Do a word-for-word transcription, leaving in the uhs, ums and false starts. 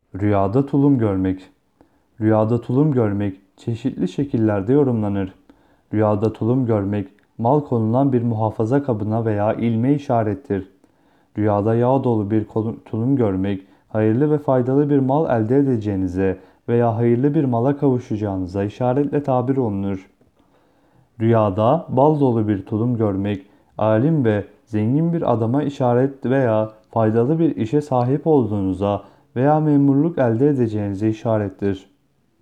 Rüyada tulum görmek. Rüyada tulum görmek çeşitli şekillerde yorumlanır. Rüyada tulum görmek mal konulan bir muhafaza kabına veya ilme işarettir. Rüyada yağ dolu bir tulum görmek hayırlı ve faydalı bir mal elde edeceğinize veya hayırlı bir mala kavuşacağınıza işaretle tabir olunur. Rüyada bal dolu bir tulum görmek alim ve zengin bir adama işaret veya faydalı bir işe sahip olduğunuza veya memurluk elde edeceğinize işarettir.